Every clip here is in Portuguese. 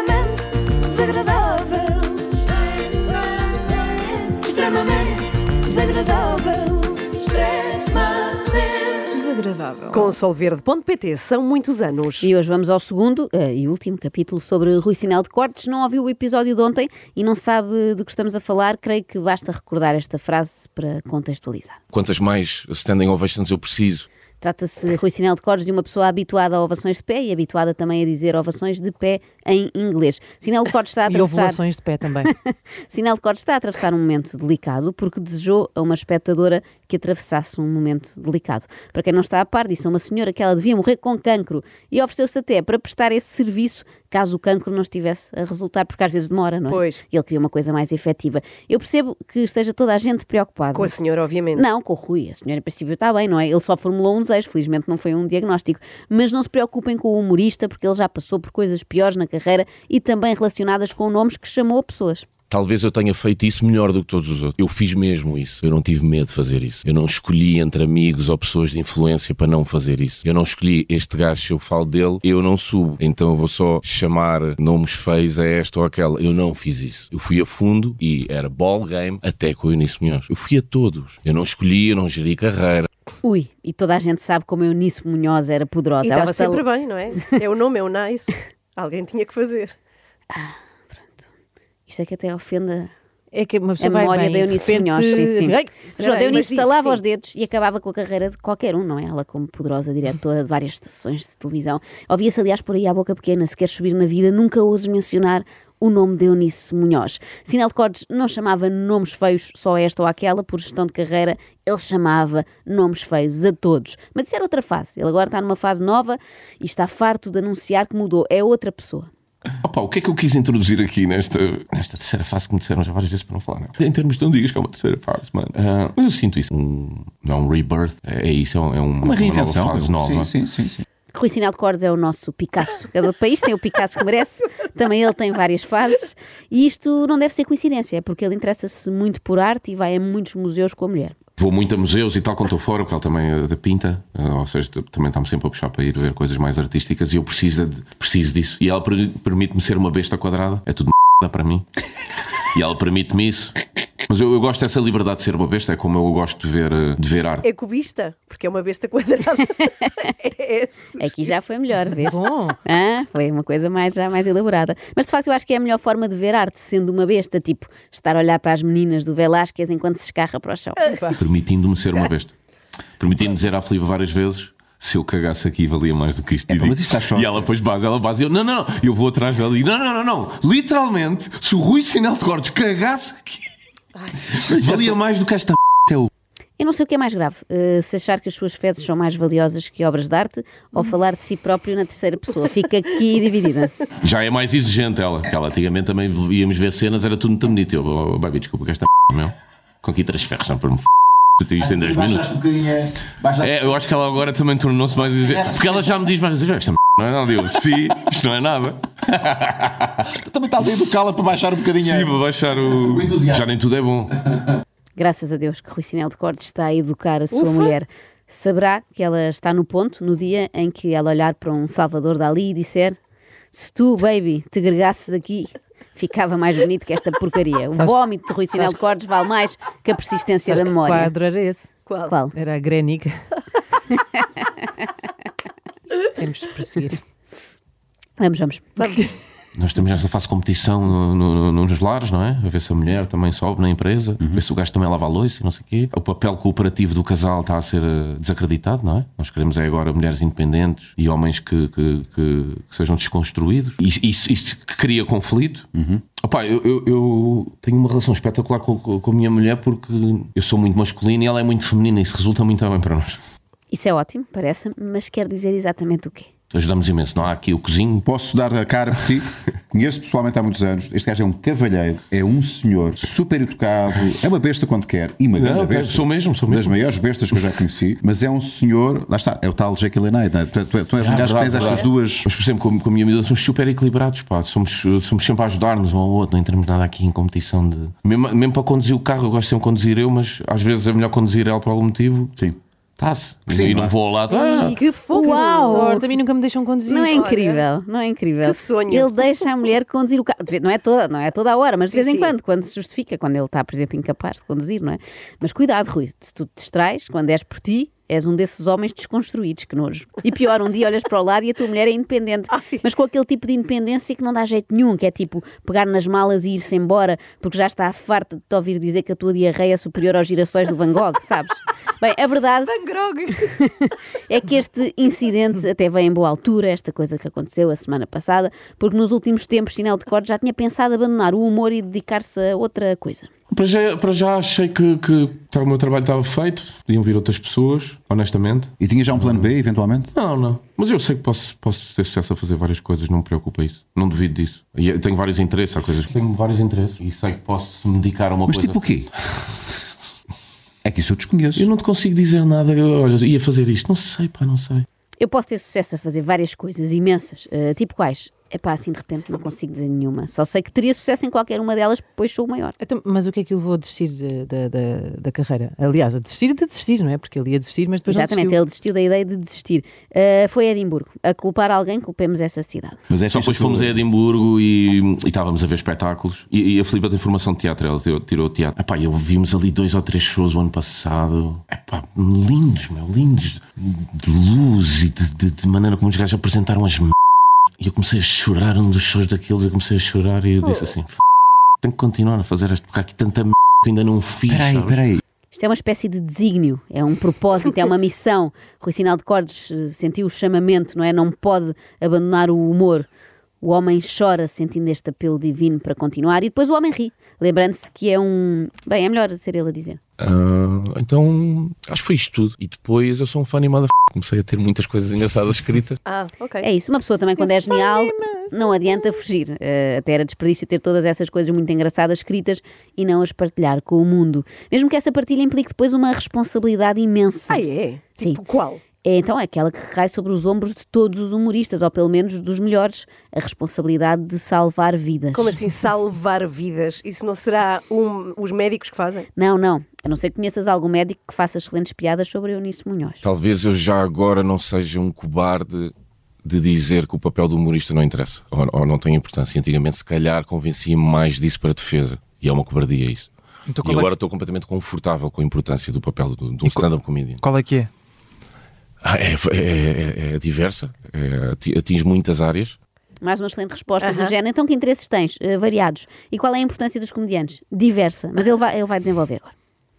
extremamente desagradável. Extremamente desagradável. Extremamente desagradável. Com solverde.pt, são muitos anos. E hoje vamos ao segundo e último capítulo sobre Rui Sinel de Cortes. Não ouviu o episódio de ontem e não sabe do que estamos a falar, creio que basta recordar esta frase para contextualizar. Quantas mais standing ovations eu preciso? Trata-se, Rui Sinel de Cortes, de uma pessoa habituada a ovações de pé e habituada também a dizer ovações de pé em inglês. Sinel de Cortes está a atravessar... E ovulações de pé também. Sinel de Cortes está a atravessar um momento delicado porque desejou a uma espectadora que atravessasse um momento delicado. Para quem não está a par, disse a uma senhora que ela devia morrer com cancro e ofereceu-se até para prestar esse serviço caso o cancro não estivesse a resultar, porque às vezes demora, não é? Pois. Ele queria uma coisa mais efetiva. Eu percebo que esteja toda a gente preocupada. Com a senhora, obviamente. Não, com o Rui. A senhora, em princípio, está bem, não é? Ele só formulou um desejo, felizmente não foi um diagnóstico. Mas não se preocupem com o humorista, porque ele já passou por coisas piores na carreira e também relacionadas com nomes que chamou a pessoas. Talvez eu tenha feito isso melhor do que todos os outros. Eu fiz mesmo isso. Eu não tive medo de fazer isso. Eu não escolhi entre amigos ou pessoas de influência para não fazer isso. Eu não escolhi este gajo, se eu falo dele, eu não subo. Então eu vou só chamar nomes feios a esta ou aquela. Eu não fiz isso. Eu fui a fundo e era ball game até com o Eunice Munhoz. Eu fui a todos. Eu não escolhi, eu não geri carreira. Ui, e toda a gente sabe como a Eunice Munhoz era poderosa. E Ela estava sempre bem, não é? É o nome, é o nice. Alguém tinha que fazer. Isto é que até ofenda É que uma a pessoa vai memória bem, da de Eunice repente, Munhoz. Sim, sim. assim, ai, Mas a Eunice mas estalava sim. os dedos e acabava com a carreira de qualquer um, não é? Ela como poderosa diretora de várias estações de televisão. Ouvia-se, aliás, por aí à boca pequena, se queres subir na vida, nunca ouses mencionar o nome de Eunice Munhoz. Sinel de Cortes não chamava nomes feios só a esta ou àquela por gestão de carreira, ele chamava nomes feios a todos. Mas isso era outra fase. Ele agora está numa fase nova e está farto de anunciar que mudou. É outra pessoa. Opa, o que é que eu quis introduzir aqui nesta terceira fase que me disseram já várias vezes para não falar, não? Em termos de não digas que é uma terceira fase, mano. Mas eu sinto isso. Não é um rebirth, é isso, é uma reinvenção. nova fase nova. Sim. Rui Sinel de Cortes é o nosso Picasso. Cada país tem o Picasso que merece, também ele tem várias fases e isto não deve ser coincidência, é porque ele interessa-se muito por arte e vai a muitos museus com a mulher. Vou muito a museus e tal quando estou fora, porque ela também é da pinta, ou seja, também está-me sempre a puxar para ir ver coisas mais artísticas e eu preciso disso. E ela permite-me ser uma besta quadrada, é tudo para mim. E ela permite-me isso. Mas eu gosto dessa liberdade de ser uma besta, é como eu gosto de ver arte. É cubista, porque é uma besta quadrada. Aqui já foi melhor, vês? Bom. Foi uma coisa já mais elaborada. Mas de facto eu acho que é a melhor forma de ver arte, sendo uma besta, tipo estar a olhar para as meninas do Velázquez enquanto se escarra para o chão. Permitindo-me ser uma besta. Permitindo-me dizer à Filipe várias vezes: se eu cagasse aqui valia mais do que isto. Mas isto está só e ela depois base, e eu, não, eu vou atrás dela e não. Literalmente, se o Rui Sinel de Cortes cagasse aqui, valia mais do que esta Eu não sei o que é mais grave, se achar que as suas fezes são mais valiosas que obras de arte ou falar de si próprio na terceira pessoa. Fica aqui dividida. Já é mais exigente ela, que ela antigamente também íamos ver cenas, era tudo muito bonito. Eu, baby, desculpa, que esta meu, com aqui 3 ferros, não para me isto em 10 minutos. Eu acho que ela agora também tornou-se mais exigente, porque ela já me diz mais esta não é nada. Eu, sim, isto não é nada. Tu também estás a educá-la para baixar um bocadinho. Sim, para baixar o entusiasmo. Já nem tudo é bom. Graças a Deus que Rui Sinel de Cortes está a educar a sua mulher. Saberá que ela está no ponto no dia em que ela olhar para um Salvador Dalí e disser: se tu, baby, te gregasses aqui, ficava mais bonito que esta porcaria. O vómito de Rui Sinel de Cortes vale mais que a persistência da memória. Que quadro era esse? Qual? Era a Grenica. Temos de prosseguir. Vamos. Nós estamos nessa fase de competição nos lares, não é? A ver se a mulher também sobe na empresa, a ver se o gajo também lava a louça e não sei o quê. O papel cooperativo do casal está a ser desacreditado, não é? Nós queremos agora mulheres independentes e homens que sejam desconstruídos. Isso que cria conflito. Opa, eu tenho uma relação espetacular com a minha mulher porque eu sou muito masculino e ela é muito feminina e isso resulta muito bem para nós. Isso é ótimo, parece-me, mas quer dizer exatamente o quê? Ajudamos imenso, não há aqui o cozinho. Posso dar a cara por ti? Conheço pessoalmente há muitos anos. Este gajo é um cavalheiro, é um senhor super educado, é uma besta quando quer e uma grande besta. Sou mesmo. Das maiores bestas que eu já conheci, mas é um senhor, lá está, é o tal Jekyll and Hyde, né? Tu és um gajo que tens estas duas. Mas por exemplo, com a minha amiga somos super equilibrados, pá. Somos sempre a ajudar-nos um ao outro, não entramos nada aqui em competição de. Mesmo para conduzir o carro, eu gosto sempre de conduzir eu, mas às vezes é melhor conduzir ela por algum motivo. Sim. está-se. Sim, E não claro. vou ao lado. Que fofo. Uau! Sorte, a mim nunca me deixam conduzir. Não é Olha. incrível, não é incrível. Que sonho. Ele deixa a mulher conduzir o carro. Não é toda a hora, mas de Sim, vez em sim. quando se justifica, quando ele está, por exemplo, incapaz de conduzir, não é? Mas cuidado, Rui, se tu te distrais, quando és por ti, és um desses homens desconstruídos, que nojo. E pior, um dia olhas para o lado e a tua mulher é independente, mas com aquele tipo de independência que não dá jeito nenhum, que é tipo pegar nas malas e ir-se embora, porque já está farta de te ouvir dizer que a tua diarreia é superior aos girassóis do Van Gogh, sabes? Bem, a verdade é que este incidente até veio em boa altura, esta coisa que aconteceu a semana passada, porque nos últimos tempos Sinel de Cordes já tinha pensado abandonar o humor e dedicar-se a outra coisa. Para já achei que o meu trabalho estava feito, podiam vir outras pessoas, honestamente. E tinha já um plano B, eventualmente? Não. Mas eu sei que posso ter sucesso a fazer várias coisas, não me preocupa isso. Não duvido disso. E eu tenho vários interesses, há coisas que tenho vários interesses e sei que posso me dedicar a uma Mas coisa. tipo o quê? É que isso eu desconheço. Eu não te consigo dizer nada. Olha, ia fazer isto. Não sei, não sei. Eu posso ter sucesso a fazer várias coisas, imensas, tipo quais? Epá, assim de repente não consigo dizer nenhuma. Só sei que teria sucesso em qualquer uma delas, pois sou o maior. Então, mas o que é que o levou a desistir da carreira? Aliás, a desistir, não é? Porque ele ia desistir, mas depois Exatamente, não ele desistiu da ideia de desistir. Foi a Edimburgo. A culpar alguém, culpemos essa cidade. Mas é Só depois fomos a Edimburgo e estávamos a ver espetáculos. E a Filipa tem formação de teatro, ela tirou teatro. Epá, eu vimos ali 2 ou 3 shows o ano passado. Epá, lindos, lindos. De luz e de maneira como os gajos apresentaram as E eu comecei a chorar, um dos shows daqueles, eu comecei a chorar e eu disse assim: tenho que continuar a fazer isto, porque há aqui tanta que ainda não fiz. Peraí. Isto é uma espécie de desígnio, é um propósito, é uma missão. Rui Sinel de Cordes sentiu o chamamento, não é? Não pode abandonar o humor. O homem chora sentindo este apelo divino para continuar e depois o homem ri, lembrando-se que é um... Bem, é melhor ser ele a dizer. Então, acho que foi isto tudo. E depois eu sou um fã animado. Comecei a ter muitas coisas engraçadas escritas. Ok. É isso, uma pessoa também quando é genial não adianta fugir. Até era desperdício ter todas essas coisas muito engraçadas escritas e não as partilhar com o mundo. Mesmo que essa partilha implique depois uma responsabilidade imensa. É? Sim. Tipo, qual? É então aquela que recai sobre os ombros de todos os humoristas, ou pelo menos dos melhores, a responsabilidade de salvar vidas. Como assim salvar vidas? Isso não será os médicos que fazem? Não. A não ser que conheças algum médico que faça excelentes piadas sobre Eunice Munhoz. Talvez eu já agora não seja um cobarde de dizer que o papel do humorista não interessa ou não tem importância. Antigamente, se calhar, convencia-me mais disso para a defesa. E é uma cobardia isso. Então, E agora estou completamente confortável com a importância do papel de um stand-up comedian. Qual é que é? É diversa, atinge muitas áreas. Mais uma excelente resposta do género. Então que interesses tens? Variados. E qual é a importância dos comediantes? Diversa. Mas ele vai desenvolver agora.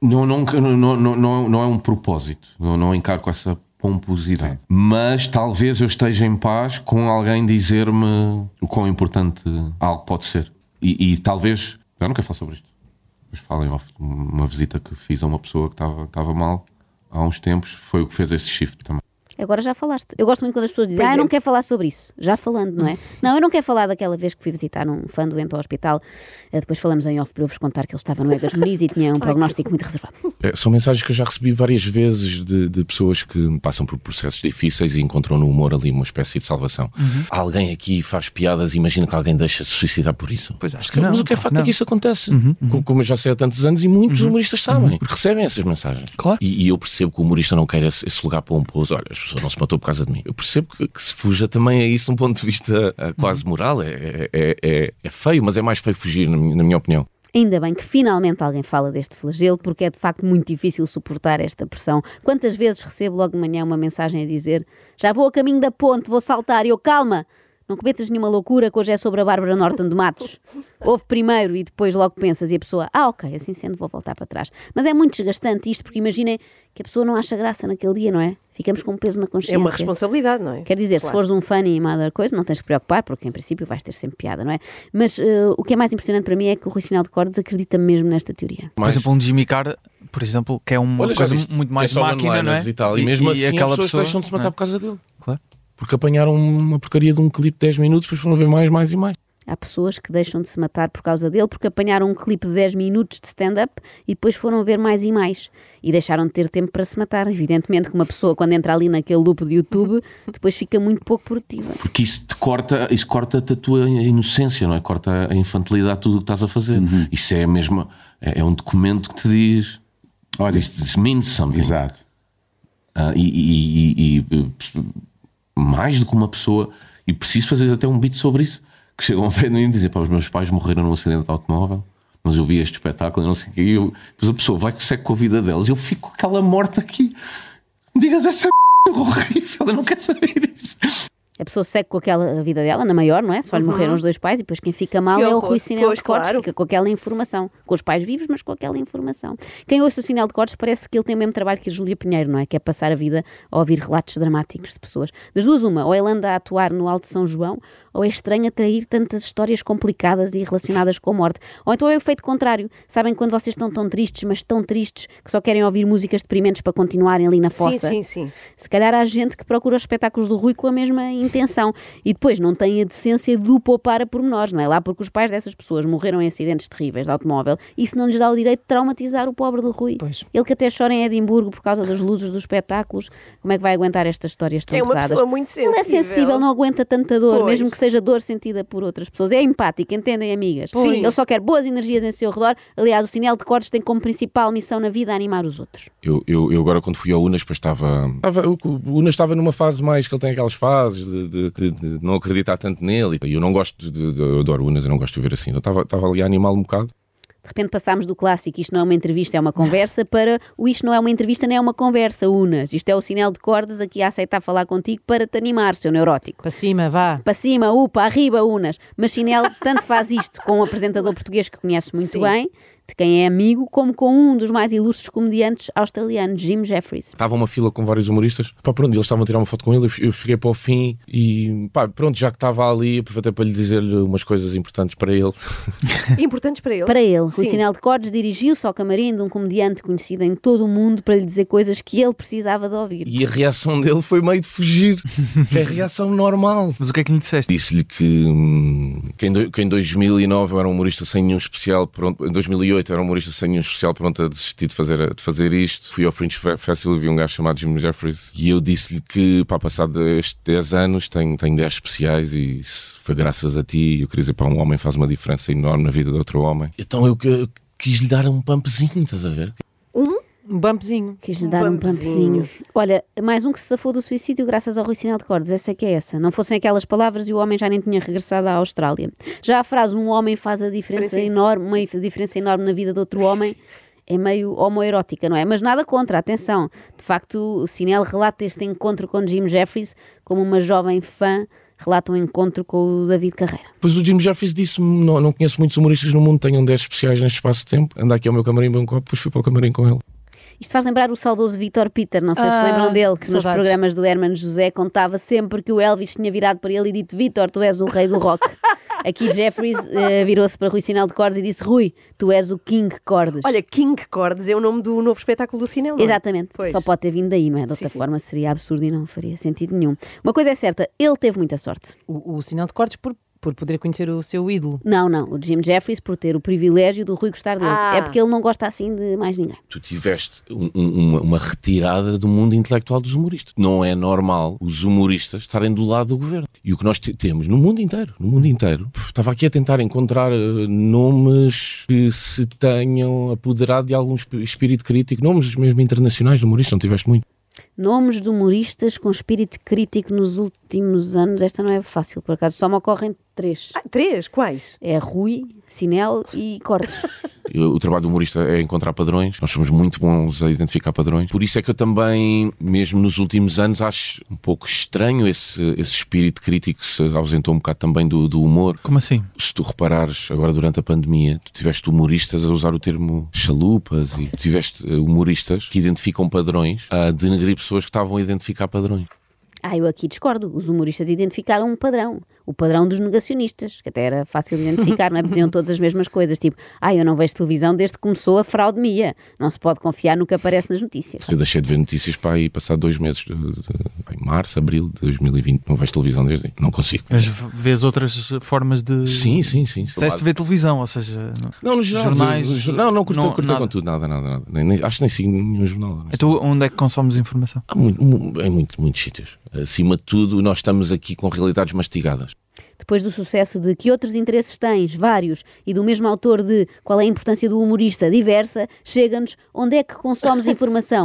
Não é um propósito. Não encaro com essa pomposidade. Sim. Mas talvez eu esteja em paz com alguém dizer-me o quão importante algo pode ser. E talvez... Eu não quero falar sobre isto. Mas falem off. Uma visita que fiz a uma pessoa que estava mal há uns tempos, foi o que fez esse shift também. Agora já falaste. Eu gosto muito quando as pessoas dizem, eu não quero falar sobre isso. Já falando, não é? Não, eu não quero falar daquela vez que fui visitar um fã doente ao hospital. Depois falamos em off para eu vos contar que ele estava no Egas Muniz e tinha um prognóstico muito reservado. São mensagens que eu já recebi várias vezes de pessoas que passam por processos difíceis e encontram no humor ali uma espécie de salvação. Alguém aqui faz piadas e imagina que alguém deixa-se suicidar por isso. Pois acho que não. Mas o que é facto é que isso acontece. Como eu já sei há tantos anos e muitos humoristas sabem, porque recebem essas mensagens. Claro. E eu percebo que o humorista não quer esse lugar pomposo. Olha, as pessoas não se matou por causa de mim. Eu percebo que se fuja também a isso de um ponto de vista quase moral. É feio, mas é mais feio fugir, na minha opinião. Ainda bem que finalmente alguém fala deste flagelo, porque é de facto muito difícil suportar esta pressão. Quantas vezes recebo logo de manhã uma mensagem a dizer: já vou a caminho da ponte, vou saltar, e eu, calma, não cometas nenhuma loucura que hoje é sobre a Bárbara Norton de Matos. Ouve primeiro e depois logo pensas, e a pessoa, ok, assim sendo vou voltar para trás. Mas é muito desgastante isto, porque imaginem que a pessoa não acha graça naquele dia, não é? Ficamos com um peso na consciência. É uma responsabilidade, não é? Quer dizer, claro. Se fores um fã e uma outra coisa, não tens de preocupar, porque em princípio vais ter sempre piada, não é? Mas o que é mais impressionante para mim é que o Rui Sinel de Cordes acredita mesmo nesta teoria. Por exemplo, um Jimmy Carr, por exemplo, que é uma coisa muito mais só máquina, não é? E, tal. E mesmo assim aquela as pessoas pessoa deixam de se matar por causa dele. Claro. Porque apanharam uma porcaria de um clipe de 10 minutos, depois foram ver mais e mais. Há pessoas que deixam de se matar por causa dele porque apanharam um clipe de 10 minutos de stand-up e depois foram ver mais e mais. E deixaram de ter tempo para se matar. Evidentemente que uma pessoa, quando entra ali naquele loop de YouTube, depois fica muito pouco produtiva. Porque isso corta-te a tua inocência, não é? Corta a infantilidade de tudo o que estás a fazer. Isso é mesmo... É um documento que te diz... Olha, this means something. exato. e mais do que uma pessoa, e preciso fazer até um beat sobre isso, que chegam ao pé de mim e dizem, os meus pais morreram num acidente de automóvel, mas eu vi este espetáculo e não sei o quê, e depois a pessoa vai que segue com a vida delas, e eu fico com aquela morte aqui, me digas essa horrível, eu não quero saber isso. A pessoa segue com aquela vida dela, na maior, não é? Só lhe morreram os 2 pais e depois quem fica mal é o Rui Sinel de Cortes, fica com aquela informação. Com os pais vivos, mas com aquela informação. Quem ouça o Sinel de Cortes parece que ele tem o mesmo trabalho que a Júlia Pinheiro, não é? Que é passar a vida a ouvir relatos dramáticos de pessoas. Das duas, uma, ou ele anda a atuar no Alto de São João, ou é estranho atrair tantas histórias complicadas e relacionadas com a morte. Ou então é o efeito contrário. Sabem quando vocês estão tão tristes, mas tão tristes, que só querem ouvir músicas deprimentes para continuarem ali na fossa? Sim. Se calhar há gente que procura os espetáculos do Rui com a mesma intenção. E depois não tem a decência de o poupar a pormenores, não é? Lá porque os pais dessas pessoas morreram em acidentes terríveis de automóvel, isso não lhes dá o direito de traumatizar o pobre do Rui. Pois. Ele que até chora em Edimburgo por causa das luzes dos espetáculos, como é que vai aguentar estas histórias tão pesadas? É uma pessoa muito sensível. Ele é sensível, não aguenta tanta dor, mesmo que seja dor sentida por outras pessoas. É empático, entendem, amigas? Sim. Ele só quer boas energias em seu redor. Aliás, o Sinel de Cortes tem como principal missão na vida animar os outros. Eu agora, quando fui ao Unas, o Unas estava numa fase mais que ele tem aquelas fases de não acreditar tanto nele. E eu não gosto eu adoro Unas, eu não gosto de ver assim. Eu estava ali a animá-lo um bocado. De repente passámos do clássico isto não é uma entrevista, é uma conversa, para o isto não é uma entrevista, nem é uma conversa, Unas. Isto é o Sinel de Cortes aqui a aceitar falar contigo para te animar, seu neurótico. Para cima, vá. Para cima, upa, arriba, Unas. Mas Sinel tanto faz isto com um apresentador português que conhece muito bem, de quem é amigo, como com um dos mais ilustres comediantes australianos, Jim Jeffries. Estava uma fila com vários humoristas. Pronto, eles estavam a tirar uma foto com ele, eu fiquei para o fim e pronto, já que estava ali, aproveitei para lhe dizer-lhe umas coisas importantes para ele. Importantes para ele? Para ele. O Sinel de Cortes dirigiu-se ao camarim de um comediante conhecido em todo o mundo para lhe dizer coisas que ele precisava de ouvir. E a reação dele foi meio de fugir. É a reação normal. Mas o que é que lhe disseste? Disse-lhe que em 2009 eu era um humorista sem nenhum especial, pronto, em 2008 era um humorista sem nenhum especial, pronto a desistir de fazer isto. Fui ao Fringe Festival e vi um gajo chamado Jim Jeffries e eu disse-lhe que, passado estes 10 anos tenho 10 especiais e foi graças a ti. Eu queria dizer, um homem faz uma diferença enorme na vida de outro homem. Então eu quis-lhe dar um pumpzinho, estás a ver? Um bumpzinho. Quis-lhe dar um bumpzinho. Olha, mais um que se safou do suicídio graças ao Rui Sinel de Cortes. Essa é que é essa. Não fossem aquelas palavras e o homem já nem tinha regressado à Austrália. Já a frase um homem faz a diferença enorme, uma diferença enorme na vida de outro homem, é meio homoerótica, não é? Mas nada contra, atenção. De facto, o Sinel relata este encontro com Jim Jeffries como uma jovem fã relata um encontro com o David Carreira. Pois o Jim Jeffries disse-me, não conheço muitos humoristas no mundo, tenham 10 especiais neste espaço de tempo, anda aqui ao meu camarim, bem um copo, depois fui para o camarim com ele. Isto faz lembrar o saudoso Vítor Peter, não sei se lembram dele, que nos programas do Hermano José contava sempre que o Elvis tinha virado para ele e dito: Vítor, tu és o rei do rock. Aqui Jeffries virou-se para Rui Sinel de Cortes e disse: Rui, tu és o King Cordes. Olha, King Cordes é o nome do novo espetáculo do Sinel, não é? Exatamente, Pois. Só pode ter vindo daí, não é? De outra forma seria absurdo e não faria sentido nenhum. Uma coisa é certa, ele teve muita sorte. O Sinel de Cortes por poder conhecer o seu ídolo. Não, o Jim Jeffries por ter o privilégio do Rui gostar dele. É porque ele não gosta assim de mais ninguém. Tu tiveste uma retirada do mundo intelectual dos humoristas. Não é normal os humoristas estarem do lado do governo. E o que nós temos no mundo inteiro, estava aqui a tentar encontrar nomes que se tenham apoderado de algum espírito crítico, nomes mesmo internacionais de humoristas, não tiveste muito. Nomes de humoristas com espírito crítico nos últimos anos, esta não é fácil, por acaso, só me ocorrem 3. 3? Quais? É Rui, Sinel e Cortes. O trabalho do humorista é encontrar padrões, nós somos muito bons a identificar padrões, por isso é que eu também, mesmo nos últimos anos, acho um pouco estranho esse espírito crítico que se ausentou um bocado também do humor. Como assim? Se tu reparares, agora durante a pandemia, tu tiveste humoristas a usar o termo chalupas e tiveste humoristas que identificam padrões a denegrir pessoas que estavam a identificar padrões. Eu aqui discordo. Os humoristas identificaram um padrão. O padrão dos negacionistas, que até era fácil de identificar, não é? Diziam todas as mesmas coisas, tipo, eu não vejo televisão desde que começou a fraudemia. Não se pode confiar no que aparece nas notícias. Eu deixei de ver notícias para aí passar 2 meses, em março, abril de 2020, não vejo televisão desde aí. Não consigo. Mas vês outras formas de... Sim. Disseste ver televisão, ou seja... Não, no geral, jornais... Não, curtei com tudo, nada. Acho que nem sigo nenhum jornal. Então onde é que consomes informação? Em muitos sítios. Acima de tudo, nós estamos aqui com realidades mastigadas. Depois do sucesso de Que Outros Interesses Tens, vários, e do mesmo autor de Qual é a Importância do Humorista, diversa, chega-nos Onde é que consomes informação?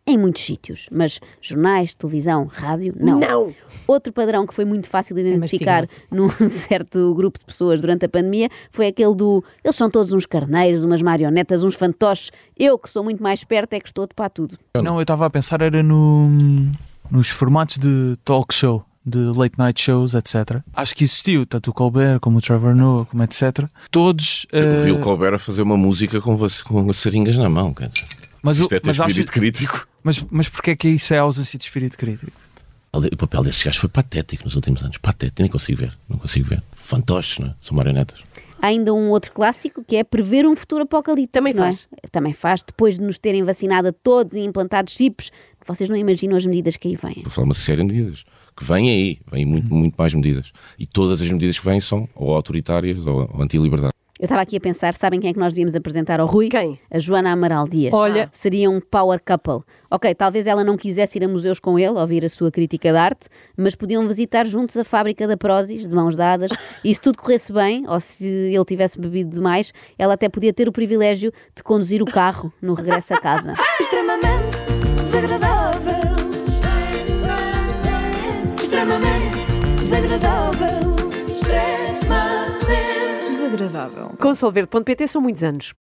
em muitos sítios, mas jornais, televisão, rádio, não. Não! Outro padrão que foi muito fácil de identificar num certo grupo de pessoas durante a pandemia foi aquele do eles são todos uns carneiros, umas marionetas, uns fantoches, eu que sou muito mais esperto é que estou de pá tudo. Não, eu estava a pensar era nos formatos de talk show, de late night shows, etc. Acho que existiu, tanto o Colbert como o Trevor Noah, como etc. Todos... Eu vi o Colbert a fazer uma música com seringas na mão, quer dizer. Isto é ter espírito crítico. Mas porquê é que isso é ausência de espírito crítico? O papel desses gajos foi patético nos últimos anos. Patético, nem consigo ver. Não consigo ver. Fantoches, não é? São marionetas. Há ainda um outro clássico que é prever um futuro apocalíptico. Também faz. Também faz, depois de nos terem vacinado a todos e implantado chips, vocês não imaginam as medidas que aí vêm. Vou falar uma série de medidas. Que vêm aí. Vêm muito mais medidas. E todas as medidas que vêm são ou autoritárias ou anti-liberdade. Eu estava aqui a pensar, sabem quem é que nós devíamos apresentar ao Rui? Quem? A Joana Amaral Dias. Olha. Seria um power couple. Ok, talvez ela não quisesse ir a museus com ele, ouvir a sua crítica de arte, mas podiam visitar juntos a fábrica da Prozis, de mãos dadas, e se tudo corresse bem, ou se ele tivesse bebido demais, ela até podia ter o privilégio de conduzir o carro no regresso a casa. Extremamente desagradável. Extremamente desagradável. Extremamente Com solverde.pt são muitos anos.